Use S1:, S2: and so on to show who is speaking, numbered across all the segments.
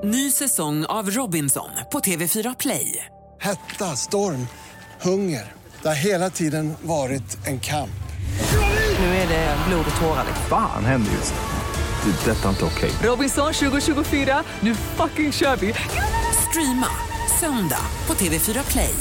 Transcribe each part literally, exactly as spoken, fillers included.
S1: Ny säsong av Robinson på T V fyra Play.
S2: Hetta, storm, hunger. Det har hela tiden varit en kamp.
S1: Nu är det blod och tårar.
S3: Fan händer just det. Det är detta inte okej.
S1: Robinson tjugo tjugofyra, nu fucking kör vi. Streama söndag på T V fyra Play.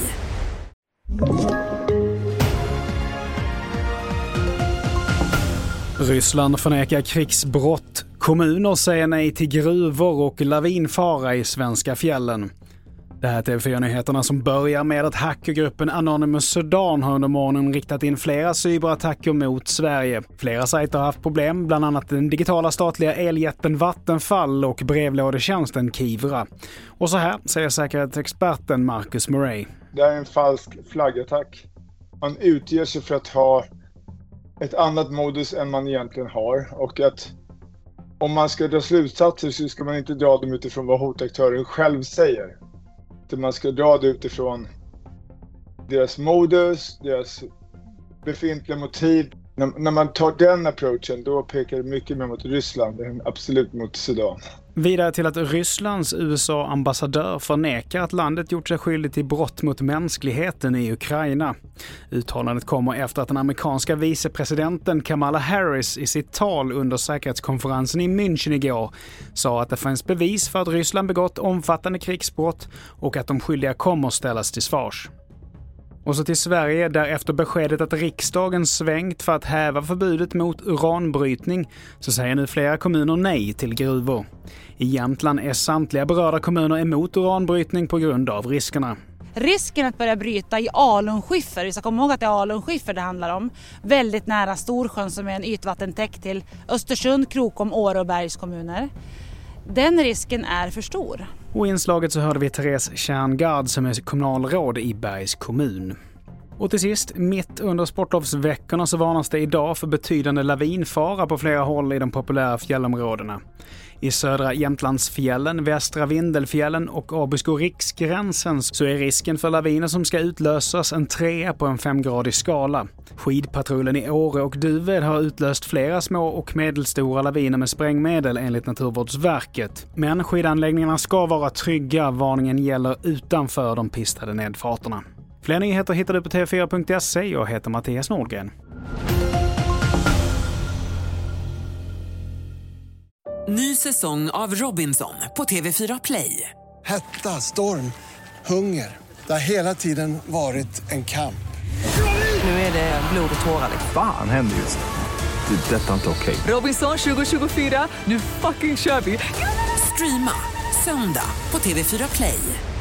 S4: Ryssland förnekar krigsbrott. Kommuner säger nej till gruvor och lavinfara i svenska fjällen. Det här är T V fyra-nyheterna som börjar med att hackergruppen Anonymous Sudan har under morgonen riktat in flera cyberattacker mot Sverige. Flera sajter har haft problem, bland annat den digitala statliga eljätten Vattenfall och brevlådetjänsten Kivra. Och så här säger säkerhetsexperten Marcus Murray.
S5: Det är en falsk flaggattack. Man utger sig för att ha ett annat modus än man egentligen har, och att om man ska dra slutsatser så ska man inte dra dem utifrån vad hotaktören själv säger. Utan man ska dra det utifrån deras modus, deras befintliga motiv. När, när man tar den approachen, då pekar det mycket mer mot Ryssland än absolut mot Sudan.
S4: Vidare till att Rysslands U S A-ambassadör förnekar att landet gjort sig skyldigt till brott mot mänskligheten i Ukraina. Uttalandet kommer efter att den amerikanska vicepresidenten Kamala Harris i sitt tal under säkerhetskonferensen i München igår sa att det finns bevis för att Ryssland begått omfattande krigsbrott och att de skyldiga kommer ställas till svars. Och så till Sverige, där efter beskedet att riksdagen svängt för att häva förbudet mot uranbrytning så säger nu flera kommuner nej till gruvor. I Jämtland är samtliga berörda kommuner emot uranbrytning på grund av riskerna.
S6: Risken att börja bryta i alunskiffer, vi ska komma ihåg att det är alunskiffer det handlar om, väldigt nära Storsjön som är en ytvattentäkt till Östersund, Krokom, Åre och Bergs kommuner. Den risken är för stor.
S4: Och i inslaget så hörde vi Therese Kärngard som är kommunalråd i Bergs kommun. Och till sist, mitt under sportlovsveckorna så varnas det idag för betydande lavinfara på flera håll i de populära fjällområdena. I södra Jämtlandsfjällen, västra Vindelfjällen och Abisko riksgränsen så är risken för laviner som ska utlösas en trea på en femgradig skala. Skidpatrullen i Åre och Duved har utlöst flera små och medelstora laviner med sprängmedel enligt Naturvårdsverket. Men skidanläggningarna ska vara trygga, varningen gäller utanför de pistade nedfarterna. Fler nyheter hittar du på T V fyra punkt se. Jag heter Mattias Nordgren.
S1: Ny säsong av Robinson på T V fyra Play.
S2: Hetta, storm, hunger. Det har hela tiden varit en kamp.
S1: Nu är det blod och tårar.
S3: Fan händer just det. Det är detta inte okej.
S1: Robinson tjugo tjugofyra, nu fucking kör vi. Streama söndag på T V fyra Play.